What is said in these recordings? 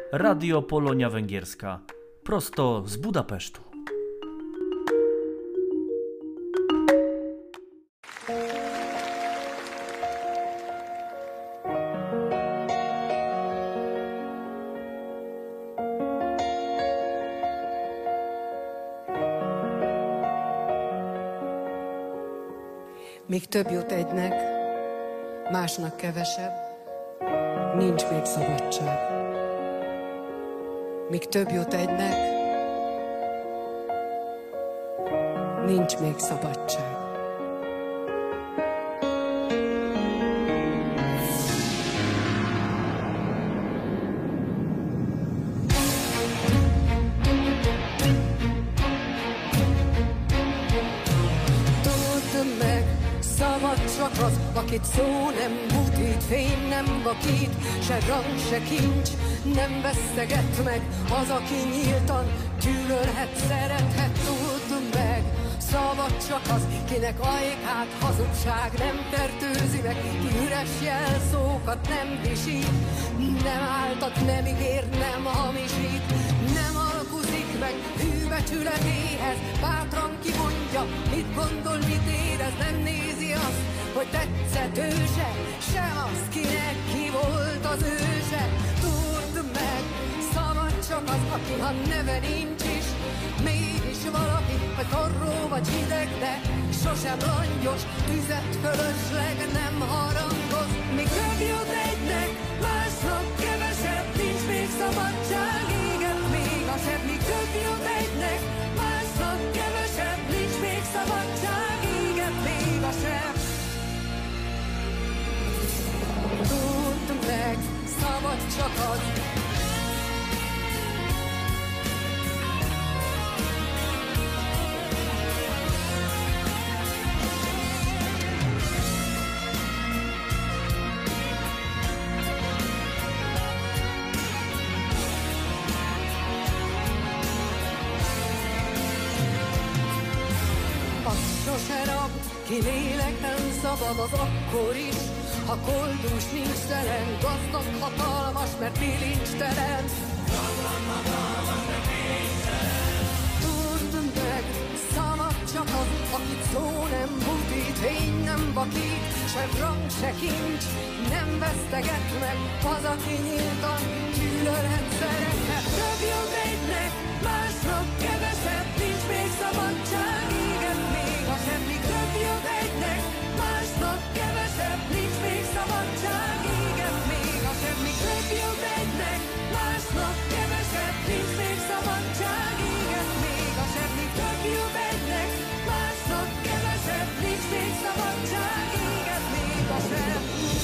Radio Polonia Węgierska, prosto z Budapesztu. Még több jut egynek, másnak kevesebb, nincs még szabadság. Míg több jut egynek, nincs még szabadság. Akit szó nem butít, fény nem vakít, se rang, se kincs nem veszteget meg. Az, aki nyíltan gyűlölhet, szerethet, tudd meg. Szabad csak az, kinek ajkát hazugság nem fertőzi meg, ki üres jelszókat nem visít, nem áltat, nem ígér, nem hamisít, nem alkuzik meg hűbecsületéhez. Bátran kimondja, mit gondol, mit érez, nem nézi azt, hogy tetszett őse, sem az, kinek ki volt az őse. Tudd meg, szabad csak az, aki ha neve nincs is, mégis valaki, vagy forró, vagy hideg, de sosem langyos, tüzet fölösleg nem harangoz. Míg több jut egynek, másnak kevesebb, nincs még szabadság, éget még a sebb. Míg több jut egynek, másnak kevesebb, nincs még szabadság, éget még a sebb. Tudd meg, szabad csak az. Az sose rab, ki lélekben szabad, az akkor is, ha koldus nincs telen, gazdag hatalmas, mert bilincstelen. Gazdag hatalmas, mert bilincstelen. Tudd meg, szabad csak az, akit szó nem butít, fény nem vakít, se rang, se kincs nem veszteget meg. Az, aki nyíltan gyűlölhet, szerethet. Több jut egynek, másnak kevesebb, nincs még szabadság, éget még a sebb. Míg több jut egynek, másnak kevesebb, nincs még szabadság, éget még a sebb. Míg több jut egynek, másnak kevesebb, nincs még szabadság, éget még a sebb. Míg több jut egynek, másnak kevesebb, nincs még szabadság, éget még a sebb.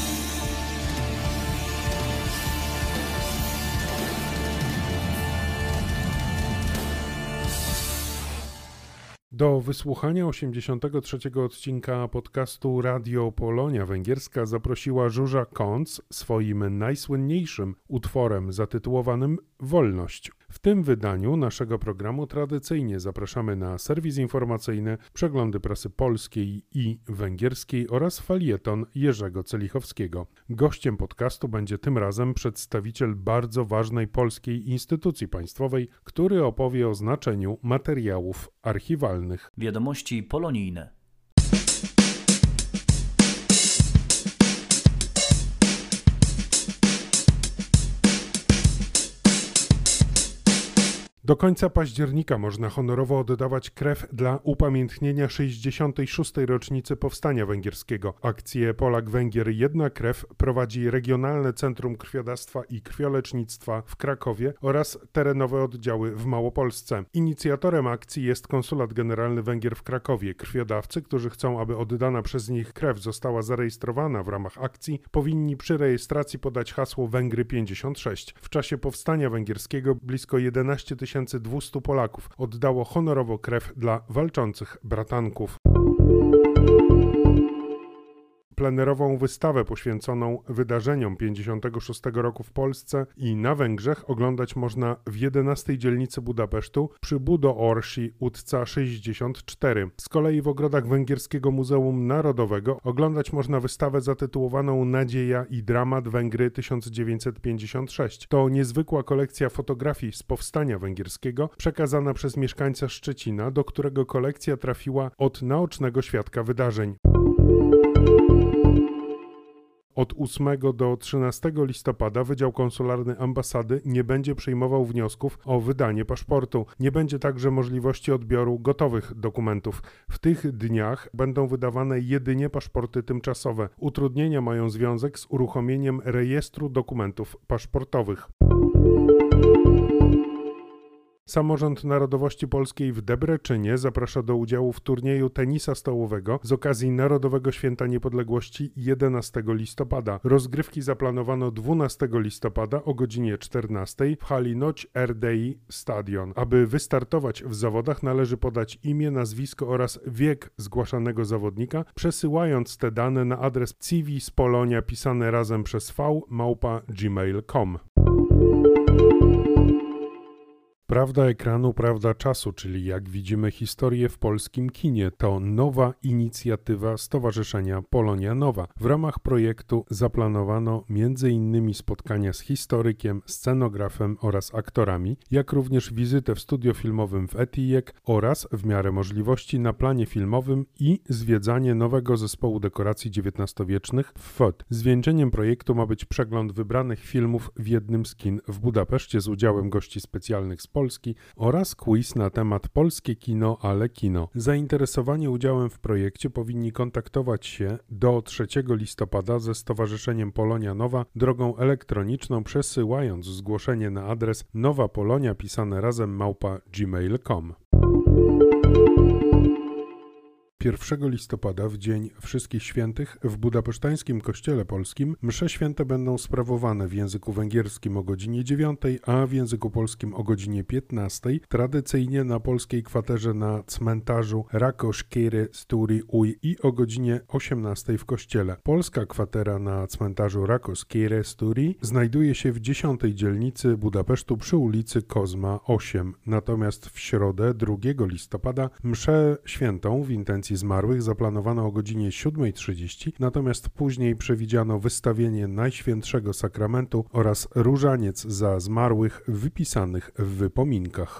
Do wysłuchania 83. odcinka podcastu Radio Polonia Węgierska zaprosiła Zsuzsa Konc swoim najsłynniejszym utworem zatytułowanym Wolność. W tym wydaniu naszego programu tradycyjnie zapraszamy na serwis informacyjny, przeglądy prasy polskiej i węgierskiej oraz felieton Jerzego Celichowskiego. Gościem podcastu będzie tym razem przedstawiciel bardzo ważnej polskiej instytucji państwowej, który opowie o znaczeniu materiałów archiwalnych. Wiadomości polonijne. Do końca października można honorowo oddawać krew dla upamiętnienia 66. rocznicy Powstania Węgierskiego. Akcję Polak-Węgier Jedna Krew prowadzi Regionalne Centrum Krwiodawstwa i Krwiolecznictwa w Krakowie oraz terenowe oddziały w Małopolsce. Inicjatorem akcji jest Konsulat Generalny Węgier w Krakowie. Krwiodawcy, którzy chcą, aby oddana przez nich krew została zarejestrowana w ramach akcji, powinni przy rejestracji podać hasło Węgry 56. W czasie Powstania Węgierskiego blisko 11 200 Polaków oddało honorowo krew dla walczących bratanków. Plenerową wystawę poświęconą wydarzeniom 56 roku w Polsce i na Węgrzech oglądać można w 11 dzielnicy Budapesztu przy Budaörsi utca 64. Z kolei w ogrodach Węgierskiego Muzeum Narodowego oglądać można wystawę zatytułowaną Nadzieja i dramat Węgry 1956. To niezwykła kolekcja fotografii z powstania węgierskiego przekazana przez mieszkańca Szczecina, do którego kolekcja trafiła od naocznego świadka wydarzeń. Od 8 do 13 listopada Wydział Konsularny Ambasady nie będzie przyjmował wniosków o wydanie paszportu. Nie będzie także możliwości odbioru gotowych dokumentów. W tych dniach będą wydawane jedynie paszporty tymczasowe. Utrudnienia mają związek z uruchomieniem rejestru dokumentów paszportowych. Samorząd Narodowości Polskiej w Debreczynie zaprasza do udziału w turnieju tenisa stołowego z okazji Narodowego Święta Niepodległości 11 listopada. Rozgrywki zaplanowano 12 listopada o godzinie 14 w hali Noć RDI Stadion. Aby wystartować w zawodach, należy podać imię, nazwisko oraz wiek zgłaszanego zawodnika, przesyłając te dane na adres civispolonia pisane razem przez v@gmail.com. Prawda ekranu, prawda czasu, czyli jak widzimy historię w polskim kinie, to nowa inicjatywa Stowarzyszenia Polonia Nowa. W ramach projektu zaplanowano m.in. spotkania z historykiem, scenografem oraz aktorami, jak również wizytę w studio filmowym w Etijek oraz w miarę możliwości na planie filmowym i zwiedzanie nowego zespołu dekoracji XIX-wiecznych w FOT. Zwieńczeniem projektu ma być przegląd wybranych filmów w jednym z kin w Budapeszcie z udziałem gości specjalnych z Polski oraz quiz na temat Polskie kino, ale kino. Zainteresowani udziałem w projekcie powinni kontaktować się do 3 listopada ze Stowarzyszeniem Polonia Nowa drogą elektroniczną, przesyłając zgłoszenie na adres nowapolonia pisane razem @gmail.com. 1 listopada, w Dzień Wszystkich Świętych, w budapesztańskim kościele polskim msze święte będą sprawowane w języku węgierskim o godzinie 9, a w języku polskim o godzinie 15, tradycyjnie na polskiej kwaterze na cmentarzu Rákoskéry Stúri Új i o godzinie 18 w kościele. Polska kwatera na cmentarzu Rákoskéry Stúri znajduje się w 10 dzielnicy Budapesztu przy ulicy Kozma 8. Natomiast w środę, 2 listopada, mszę świętą w intencji zmarłych zaplanowano o godzinie 7:30, natomiast później przewidziano wystawienie Najświętszego Sakramentu oraz różaniec za zmarłych wypisanych w wypominkach.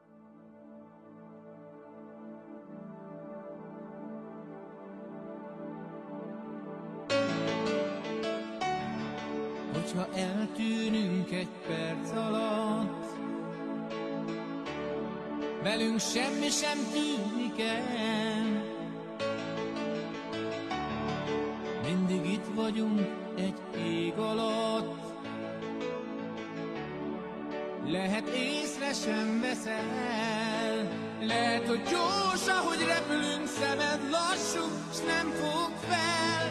Hogyha eltűnünk egy perc alatt, velünk semmi sem tűnik el. Mindig itt vagyunk egy ég alatt, lehet észre sem veszel. Lehet, hogy gyors, ahogy repülünk, szemed lassú, s nem fog fel.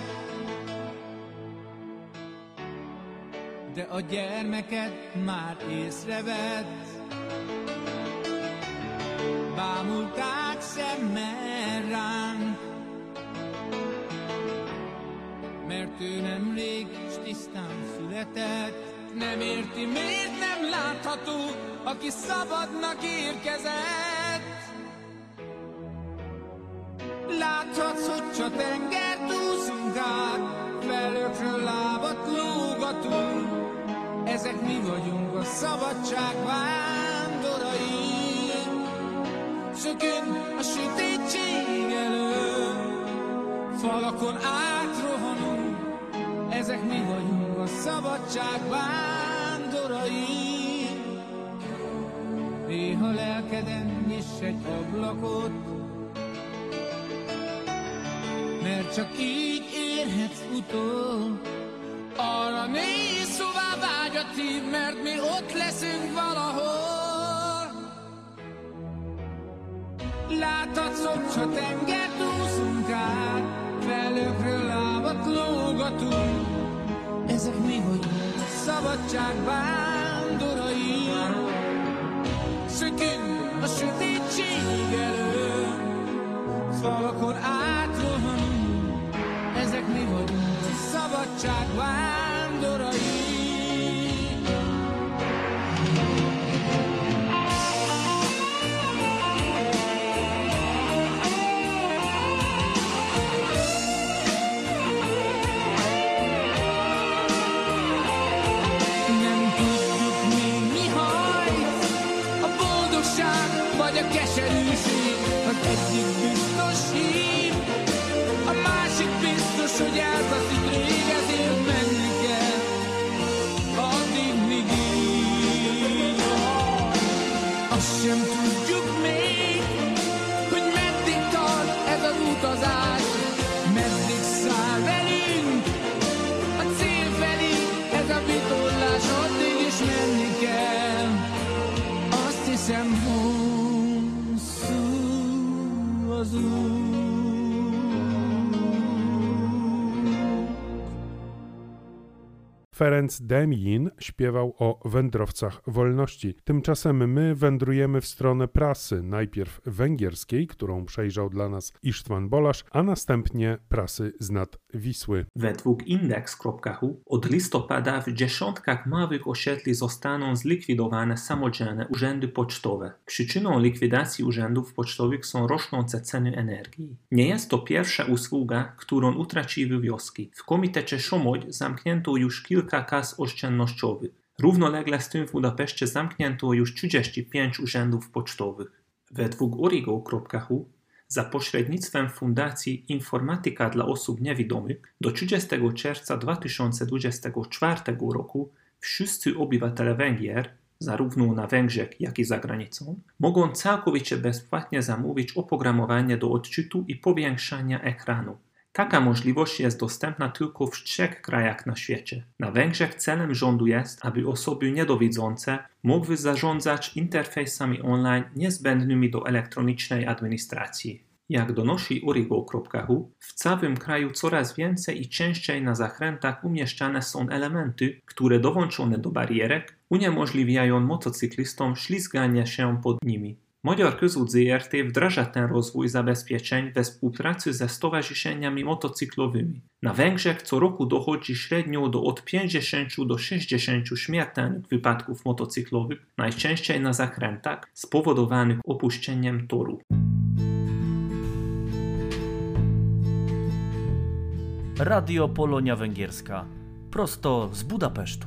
De a gyermeked már észrevett, bámulták szemmel ránk, mert ő nemrég s tisztán született. Nem érti, miért nem látható, aki szabadnak érkezett. Láthatsz, hogy csak tengert úszunk át, felőkről lábat lógatunk. Ezek mi vagyunk, a szabadság vándorai. Szökünk a sötétség elől, falakon átrohanunk. Ezek mi vagyunk, a szabadság vándorai. Néha lelkeden nyiss egy ablakot, mert csak így érhetsz utol. Arra nézz, hová vágyat hív, mert mi ott leszünk valahol. Láthatsz, hogy s a tengert úszunk át, felőkről lábat lógatunk. Ezek mi vagyunk, a szabadság vándorai. Szökünk a sötétség elől, falakon átrohanunk. Ezek mi vagyunk, szabadság vándorai. Nem tudjuk még mi hajt, a boldogság vagy a keserűség, az egyik biztos hív, a másik biztos, hogy eltaszít rég, ezért menni kell, addig míg így. Azt sem tudjuk még, hogy meddig tart ez az utazás, meddig száll velünk a cél felé, ez a vitorlás, addig is menni kell. Azt hiszem, hosszú az út. Ferenc Demjin śpiewał o wędrowcach wolności. Tymczasem my wędrujemy w stronę prasy, najpierw węgierskiej, którą przejrzał dla nas István Balázs, a następnie prasy z nad Wisły. Według index.hu od listopada w dziesiątkach małych osiedli zostaną zlikwidowane samodzielne urzędy pocztowe. Przyczyną likwidacji urzędów pocztowych są rosnące ceny energii. Nie jest to pierwsza usługa, którą utraciły wioski. W komitecie Somogy zamknięto już kilka kas oszczędnościowych. Równolegle z tym w Budapeszcie zamknięto już 35 urzędów pocztowych. Według origo.hu za pośrednictwem Fundacji Informatyka dla osób niewidomych do 30 czerwca 2024 roku wszyscy obywatele Węgier, zarówno na Węgrzech, jak i za granicą, mogą całkowicie bezpłatnie zamówić oprogramowanie do odczytu i powiększania ekranu. Taka możliwość jest dostępna tylko w 3 krajach na świecie. Na Węgrzech celem rządu jest, aby osoby niedowidzące mogły zarządzać interfejsami online niezbędnymi do elektronicznej administracji. Jak donosi origo.hu, w całym kraju coraz więcej i częściej na zakrętach umieszczane są elementy, które dołączone do barierek uniemożliwiają motocyklistom ślizganie się pod nimi. Magyar Közút Zrt. Wdraża ten rozwój zabezpieczeń we współpracy ze stowarzyszeniami motocyklowymi. Na Węgrzech co roku dochodzi średnio do od 50 do 60 śmiertelnych wypadków motocyklowych, najczęściej na zakrętach, spowodowanych opuszczeniem toru. Radio Polonia Węgierska. Prosto z Budapesztu.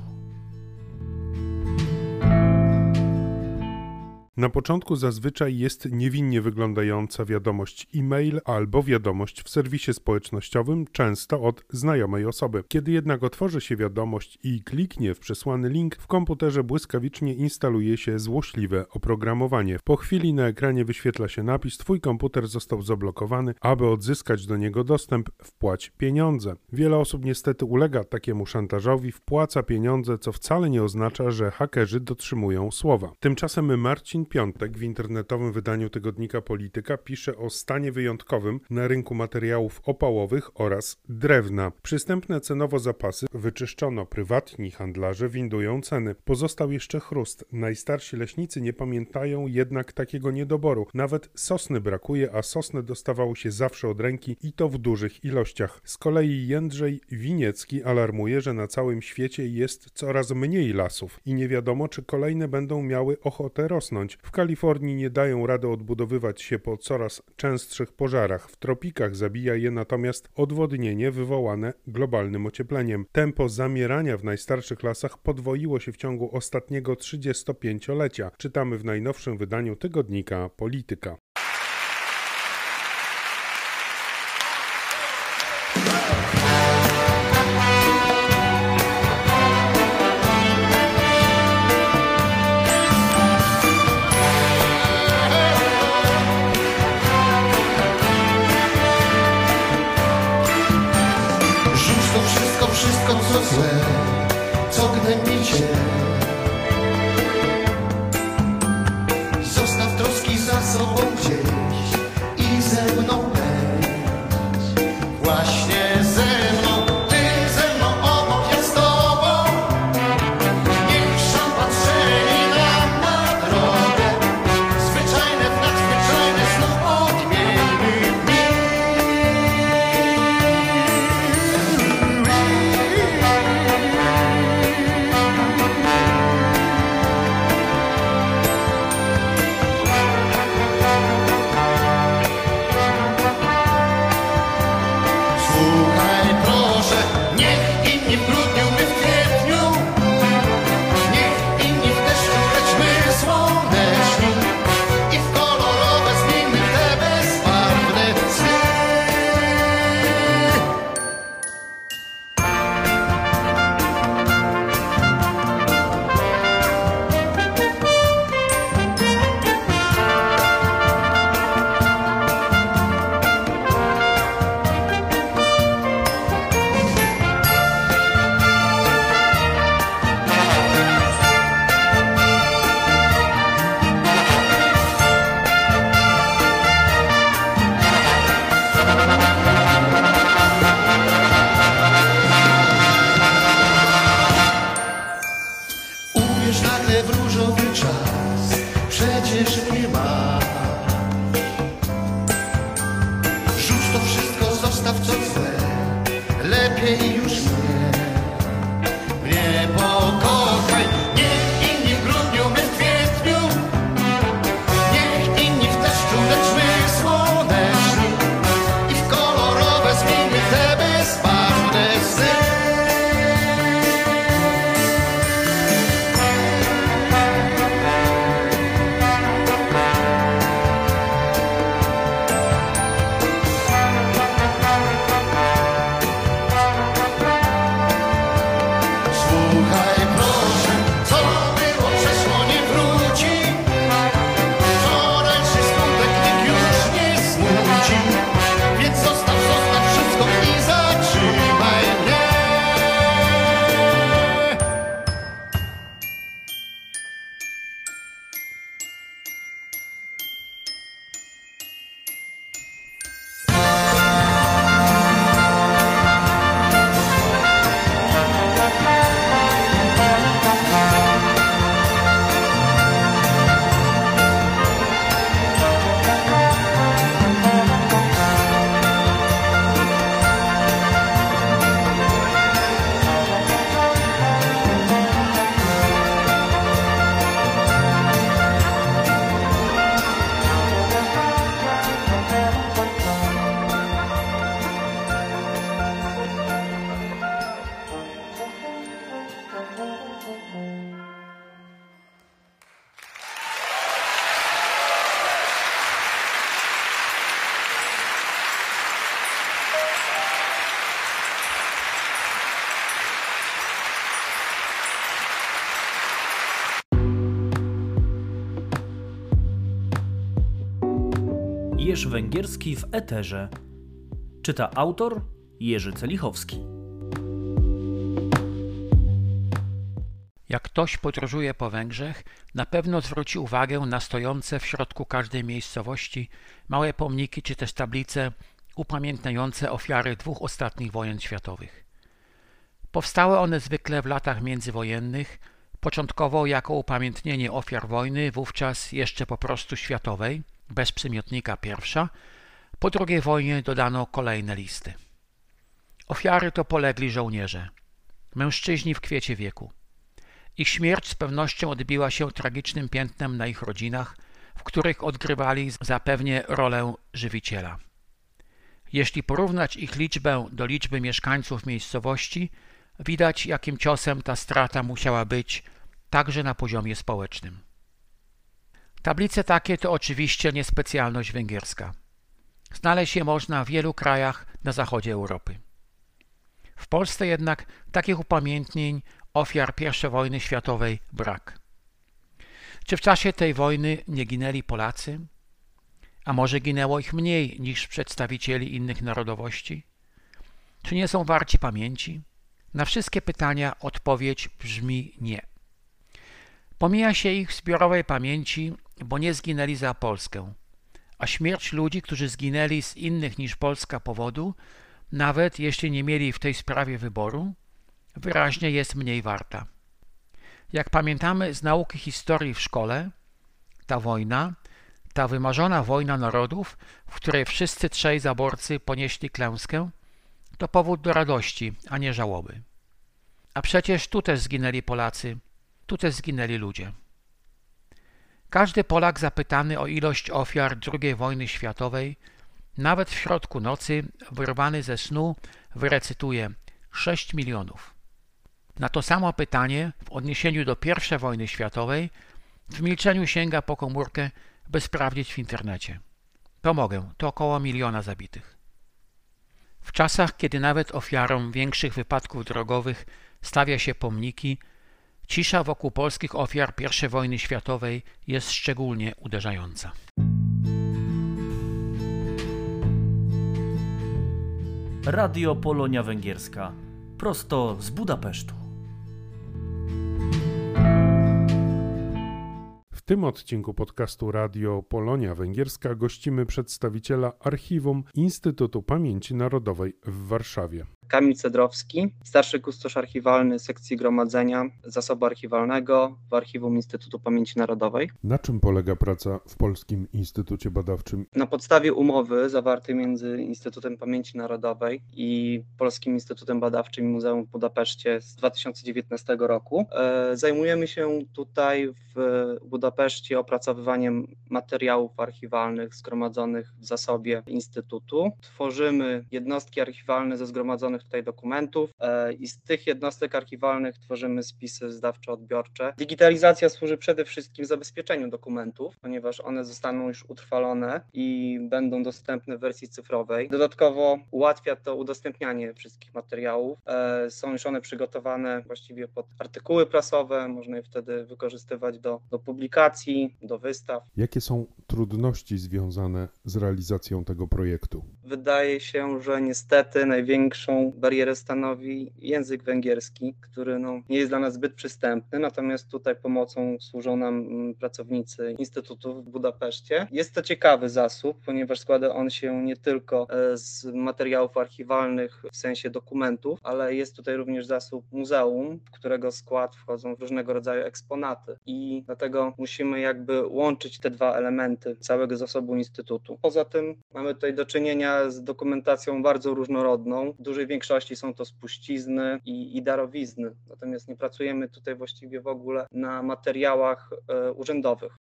Na początku zazwyczaj jest niewinnie wyglądająca wiadomość e-mail albo wiadomość w serwisie społecznościowym, często od znajomej osoby. Kiedy jednak otworzy się wiadomość i kliknie w przesłany link, w komputerze błyskawicznie instaluje się złośliwe oprogramowanie. Po chwili na ekranie wyświetla się napis: twój komputer został zablokowany, aby odzyskać do niego dostęp, wpłać pieniądze. Wiele osób niestety ulega takiemu szantażowi, wpłaca pieniądze, co wcale nie oznacza, że hakerzy dotrzymują słowa. Tymczasem Marcin Piątek w internetowym wydaniu tygodnika Polityka pisze o stanie wyjątkowym na rynku materiałów opałowych oraz drewna. Przystępne cenowo zapasy wyczyszczono, prywatni handlarze windują ceny. Pozostał jeszcze chrust. Najstarsi leśnicy nie pamiętają jednak takiego niedoboru. Nawet sosny brakuje, a sosny dostawało się zawsze od ręki i to w dużych ilościach. Z kolei Jędrzej Winiecki alarmuje, że na całym świecie jest coraz mniej lasów i nie wiadomo, czy kolejne będą miały ochotę rosnąć. W Kalifornii nie dają rady odbudowywać się po coraz częstszych pożarach. W tropikach zabija je natomiast odwodnienie wywołane globalnym ociepleniem. Tempo zamierania w najstarszych lasach podwoiło się w ciągu ostatniego 35-lecia. Czytamy w najnowszym wydaniu tygodnika Polityka. Wszystko co złe, co gnębicie. Zostaw troski za sobą gdzieś i ze mną pędź. Właśnie ze mną, ty ze mną, obok ja z tobą. Niech patrzeli nam na drogę. Zwyczajne w nadzwyczajne znów odmienimy. Jeż Węgierski w eterze. Czyta autor Jerzy Celichowski. Jak ktoś podróżuje po Węgrzech, na pewno zwróci uwagę na stojące w środku każdej miejscowości małe pomniki czy też tablice upamiętniające ofiary 2 ostatnich wojen światowych. Powstały one zwykle w latach międzywojennych, początkowo jako upamiętnienie ofiar wojny, wówczas jeszcze po prostu światowej, bez przymiotnika pierwsza. Po II wojnie dodano kolejne listy. Ofiary to polegli żołnierze, mężczyźni w kwiecie wieku. Ich śmierć z pewnością odbiła się tragicznym piętnem na ich rodzinach, w których odgrywali zapewne rolę żywiciela. Jeśli porównać ich liczbę do liczby mieszkańców miejscowości, widać, jakim ciosem ta strata musiała być także na poziomie społecznym. Tablice takie to oczywiście nie specjalność węgierska. Znaleźć je można w wielu krajach na zachodzie Europy. W Polsce jednak takich upamiętnień ofiar I wojny światowej brak. Czy w czasie tej wojny nie ginęli Polacy? A może ginęło ich mniej niż przedstawicieli innych narodowości? Czy nie są warci pamięci? Na wszystkie pytania odpowiedź brzmi nie. Pomija się ich w zbiorowej pamięci, bo nie zginęli za Polskę, a śmierć ludzi, którzy zginęli z innych niż Polska powodu, nawet jeśli nie mieli w tej sprawie wyboru, wyraźnie jest mniej warta. Jak pamiętamy z nauki historii w szkole, ta wojna, ta wymarzona wojna narodów, w której wszyscy 3 zaborcy ponieśli klęskę, to powód do radości, a nie żałoby. A przecież tu też zginęli Polacy, tu też zginęli ludzie. Każdy Polak zapytany o ilość ofiar II wojny światowej, nawet w środku nocy, wyrwany ze snu, wyrecytuje 6 milionów. Na to samo pytanie w odniesieniu do I wojny światowej w milczeniu sięga po komórkę, by sprawdzić w internecie. Pomogę, to około 1 miliona zabitych. W czasach, kiedy nawet ofiarom większych wypadków drogowych stawia się pomniki, cisza wokół polskich ofiar I wojny światowej jest szczególnie uderzająca. Radio Polonia Węgierska. Prosto z Budapesztu. W tym odcinku podcastu Radio Polonia Węgierska gościmy przedstawiciela Archiwum Instytutu Pamięci Narodowej w Warszawie. Kamil Cedrowski, starszy kustosz archiwalny sekcji gromadzenia zasobu archiwalnego w Archiwum Instytutu Pamięci Narodowej. Na czym polega praca w Polskim Instytucie Badawczym? Na podstawie umowy zawartej między Instytutem Pamięci Narodowej i Polskim Instytutem Badawczym i Muzeum w Budapeszcie z 2019 roku zajmujemy się tutaj w Budapeszcie opracowywaniem materiałów archiwalnych zgromadzonych w zasobie Instytutu. Tworzymy jednostki archiwalne ze zgromadzonych tutaj dokumentów i z tych jednostek archiwalnych tworzymy spisy zdawczo-odbiorcze. Digitalizacja służy przede wszystkim zabezpieczeniu dokumentów, ponieważ one zostaną już utrwalone i będą dostępne w wersji cyfrowej. Dodatkowo ułatwia to udostępnianie wszystkich materiałów. Są już one przygotowane właściwie pod artykuły prasowe, można je wtedy wykorzystywać do publikacji, do wystaw. Jakie są trudności związane z realizacją tego projektu? Wydaje się, że niestety największą barierę stanowi język węgierski, który nie jest dla nas zbyt przystępny, natomiast tutaj pomocą służą nam pracownicy Instytutu w Budapeszcie. Jest to ciekawy zasób, ponieważ składa on się nie tylko z materiałów archiwalnych w sensie dokumentów, ale jest tutaj również zasób muzeum, w którego skład wchodzą różnego rodzaju eksponaty i dlatego musimy jakby łączyć te 2 elementy całego zasobu Instytutu. Poza tym mamy tutaj do czynienia z dokumentacją bardzo różnorodną. W dużej większości są to spuścizny i darowizny, natomiast nie pracujemy tutaj właściwie w ogóle na materiałach urzędowych.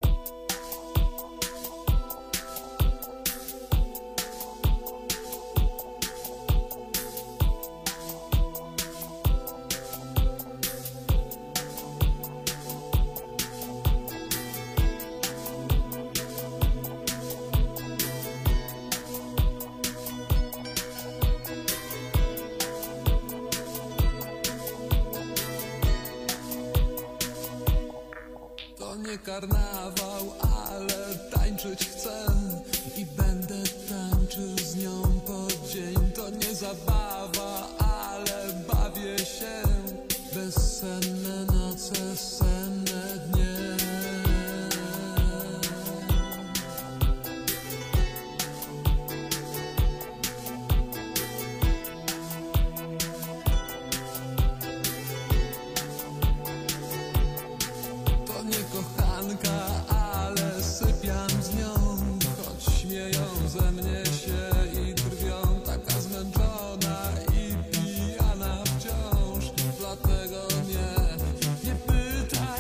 Karnawał, ale tańczyć chcę i będę Senne noce, senne dnie. To nie kochanka, ale sypiam z nią, choć śmieją ze mnie się i drwią. Taka zmęczona i pijana wciąż, dlatego nie pytaj.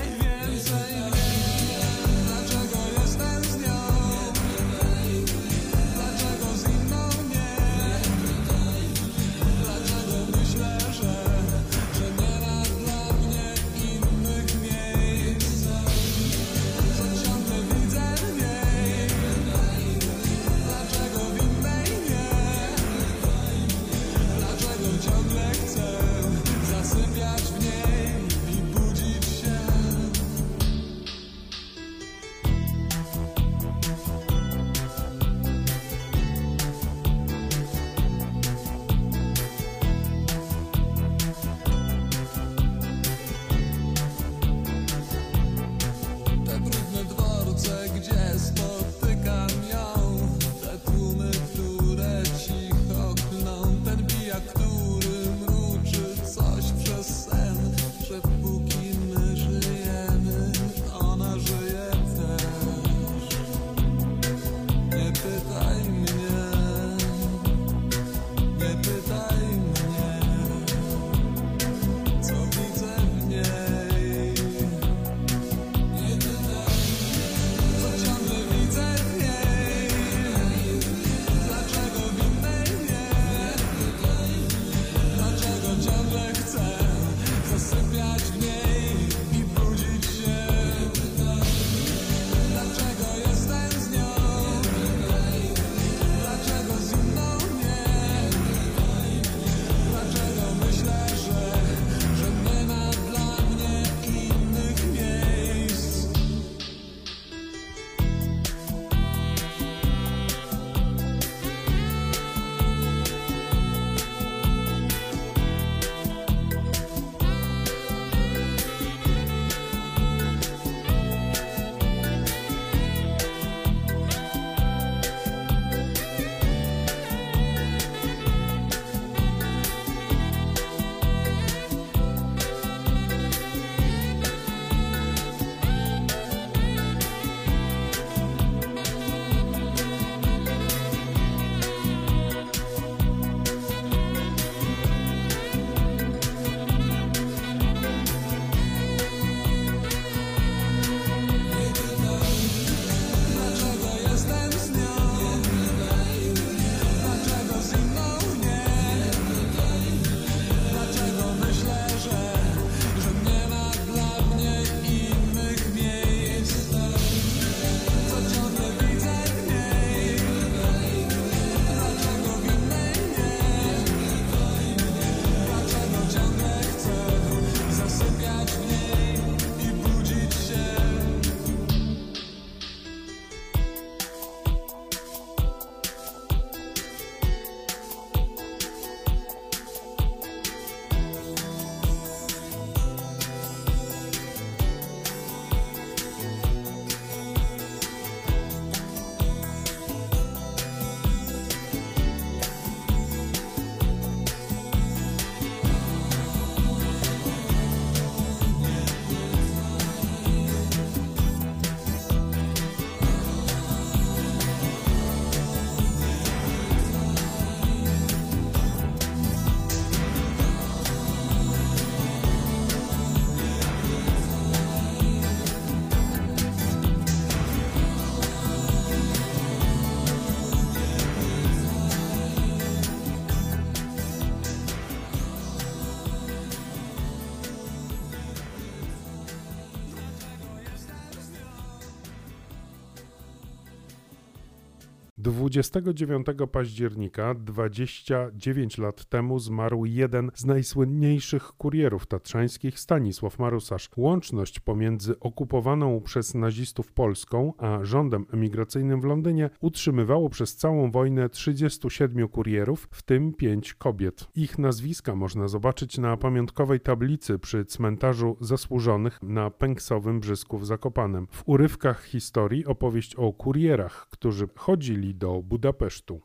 29 października 29 lat temu zmarł jeden z najsłynniejszych kurierów tatrzańskich, Stanisław Marusarz. Łączność pomiędzy okupowaną przez nazistów Polską a rządem emigracyjnym w Londynie utrzymywało przez całą wojnę 37 kurierów, w tym 5 kobiet. Ich nazwiska można zobaczyć na pamiątkowej tablicy przy cmentarzu zasłużonych na Pęksowym Brzysku w Zakopanem. W urywkach historii opowieść o kurierach, którzy chodzili do Budapesztu.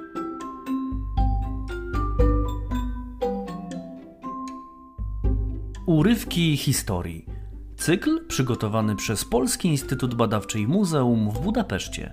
Urywki historii. Cykl przygotowany przez Polski Instytut Badawczy i Muzeum w Budapeszcie.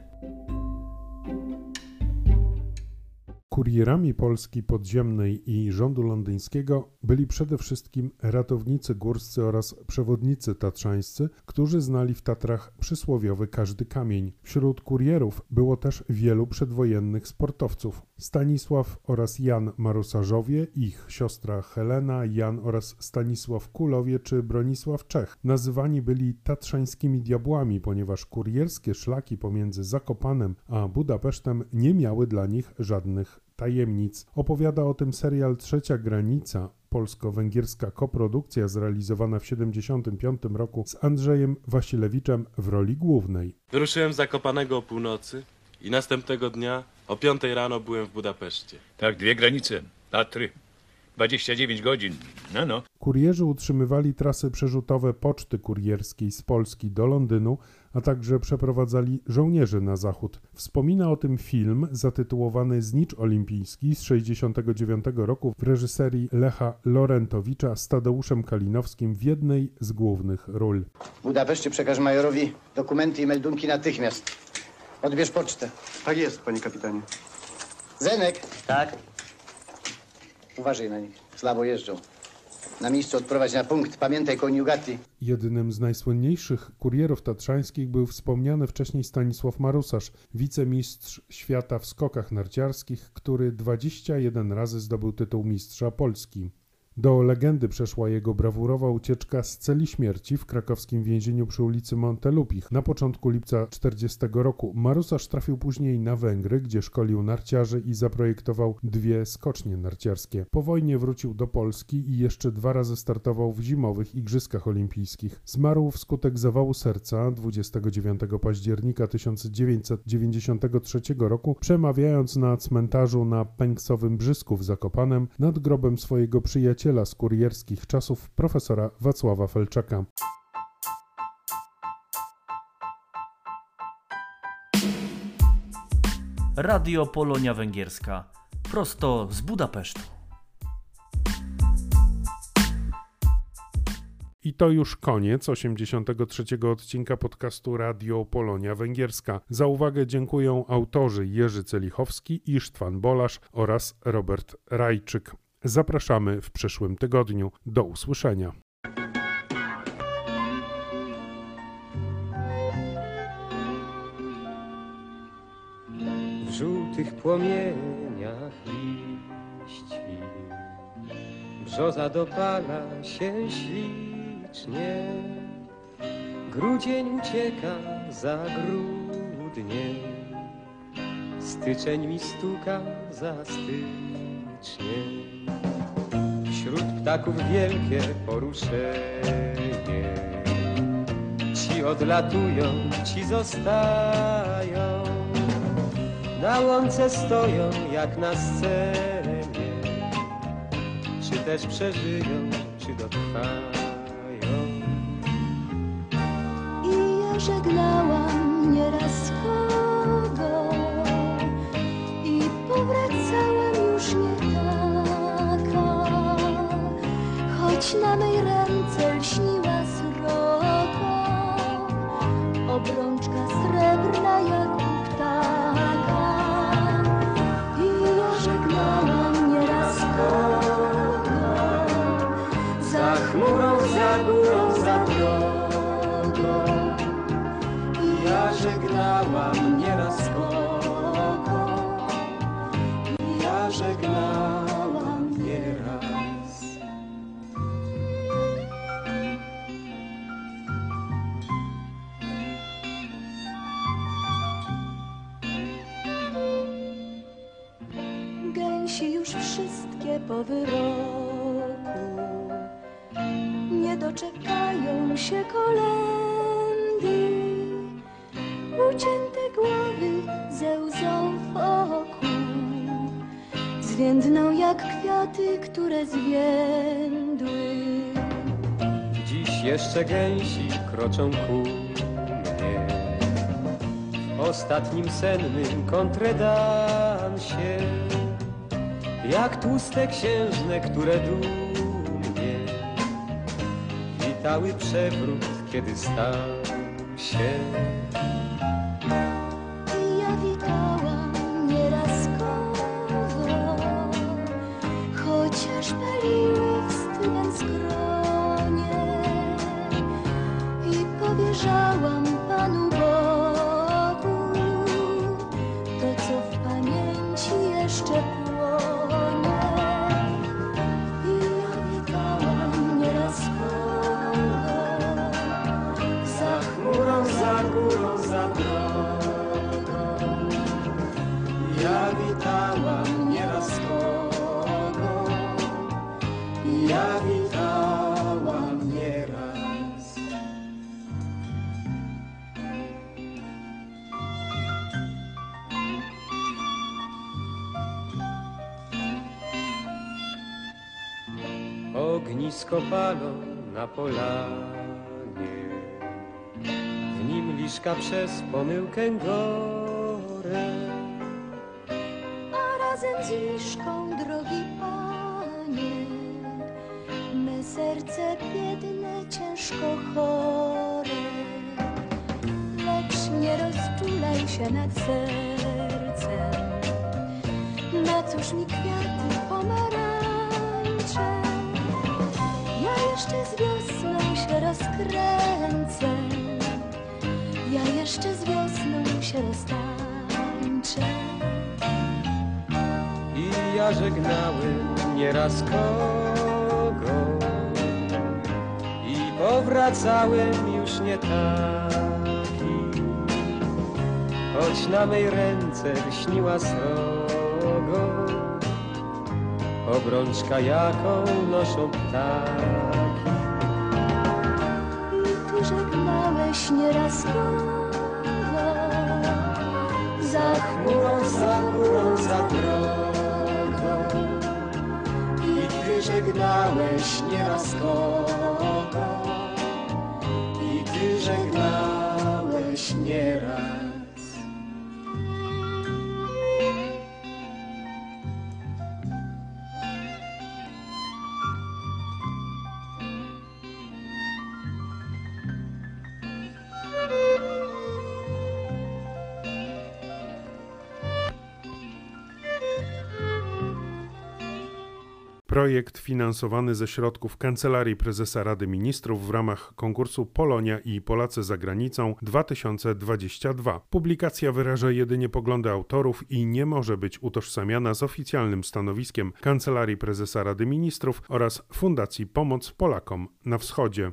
Kurierami Polski Podziemnej i rządu londyńskiego byli przede wszystkim ratownicy górscy oraz przewodnicy tatrzańscy, którzy znali w Tatrach przysłowiowy każdy kamień. Wśród kurierów było też wielu przedwojennych sportowców. Stanisław oraz Jan Marusarzowie, ich siostra Helena, Jan oraz Stanisław Kulowie czy Bronisław Czech nazywani byli tatrzańskimi diabłami, ponieważ kurierskie szlaki pomiędzy Zakopanem a Budapesztem nie miały dla nich żadnych tajemnic. Opowiada o tym serial Trzecia Granica, polsko-węgierska koprodukcja zrealizowana w 1975 roku z Andrzejem Wasilewiczem w roli głównej. Wyruszyłem z Zakopanego o północy i następnego dnia o 5 rano byłem w Budapeszcie. Tak, 2 granice, Tatry, 29 godzin, no. Kurierzy utrzymywali trasy przerzutowe poczty kurierskiej z Polski do Londynu, a także przeprowadzali żołnierzy na zachód. Wspomina o tym film zatytułowany Znicz Olimpijski z 1969 roku w reżyserii Lecha Lorentowicza z Tadeuszem Kalinowskim w jednej z głównych ról. W Budapeszcie przekaż majorowi dokumenty i meldunki natychmiast. Odbierz pocztę. Tak jest, panie kapitanie. Zenek! Tak? Uważaj na nich, słabo jeżdżą. Na miejscu odprowadź na punkt, pamiętaj koniugati. Jednym z najsłynniejszych kurierów tatrzańskich był wspomniany wcześniej Stanisław Marusarz, wicemistrz świata w skokach narciarskich, który 21 razy zdobył tytuł mistrza Polski. Do legendy przeszła jego brawurowa ucieczka z celi śmierci w krakowskim więzieniu przy ulicy Montelupich. Na początku lipca 1940 roku Marusarz trafił później na Węgry, gdzie szkolił narciarzy i zaprojektował 2 skocznie narciarskie. Po wojnie wrócił do Polski i jeszcze 2 razy startował w zimowych Igrzyskach Olimpijskich. Zmarł wskutek zawału serca 29 października 1993 roku, przemawiając na cmentarzu na Pęksowym Brzysku w Zakopanem nad grobem swojego przyjaciela z kurierskich czasów, profesora Wacława Felczaka. Radio Polonia Węgierska. Prosto z Budapesztu. I to już koniec 83. odcinka podcastu Radio Polonia Węgierska. Za uwagę dziękują autorzy Jerzy Celichowski, Isztwan Bolasz oraz Robert Rajczyk. Zapraszamy w przyszłym tygodniu. Do usłyszenia. W żółtych płomieniach liści brzoza dopala się ślicznie. Grudzień ucieka za grudniem, styczeń mi stuka za styczniem. Wśród ptaków wielkie poruszenie, ci odlatują, ci zostają. Na łące stoją jak na scenie, czy też przeżyją, czy dotrwają. I ja żegnałam nieraz kogo i powracałam już nie taka, choć na mej ręce lśniła sroka, obrączka srebrna jak u ptaka. I ja żegnałam nieraz kogo, Za chmurą, za górą, za drogą. I ja żegnałam nieraz kogo, i ja żegnałam nieraz. po wyroku. Nie doczekają się kolędy, ucięte głowy ze łzą w oku zwiędną jak kwiaty, które zwiędły. Dziś jeszcze gęsi kroczą ku mnie w ostatnim sennym kontredansie, jak tłuste księżne, które dumnie witały przewrót, kiedy stał się. I ja witałam nierazkowo, chociaż paliły wstydem skronie, i powierzałam Panu Bogu to, co w pamięci jeszcze płonie. I ja witałam nierazkowo, za chmurą, za górą, za drogą. Ja witałam nieraz kogo, ja witałam nieraz. Ognisko palą na polanie, w nim liszka przez pomyłkę gorę. A razem z liszką, drogi Panie, me serce biedne, ciężko chore. Lecz nie rozczulaj się nad sercem, na cóż mi kwiaty pomarańcze. Ja jeszcze z wiosną się rozkręcę, ja jeszcze z wiosną się roztańczę. I ja żegnałem nieraz kogo i powracałem już nie taki, choć na mej ręce lśniła srogo obrączka, jaką noszą ptaki. I ty żegnałeś nieraz kogo, za chmurą, za górą, za drogą. I ty żegnałeś nieraz kogo, i ty żegnałeś nieraz. Projekt finansowany ze środków Kancelarii Prezesa Rady Ministrów w ramach konkursu Polonia i Polacy za granicą 2022. Publikacja wyraża jedynie poglądy autorów i nie może być utożsamiana z oficjalnym stanowiskiem Kancelarii Prezesa Rady Ministrów oraz Fundacji Pomoc Polakom na Wschodzie.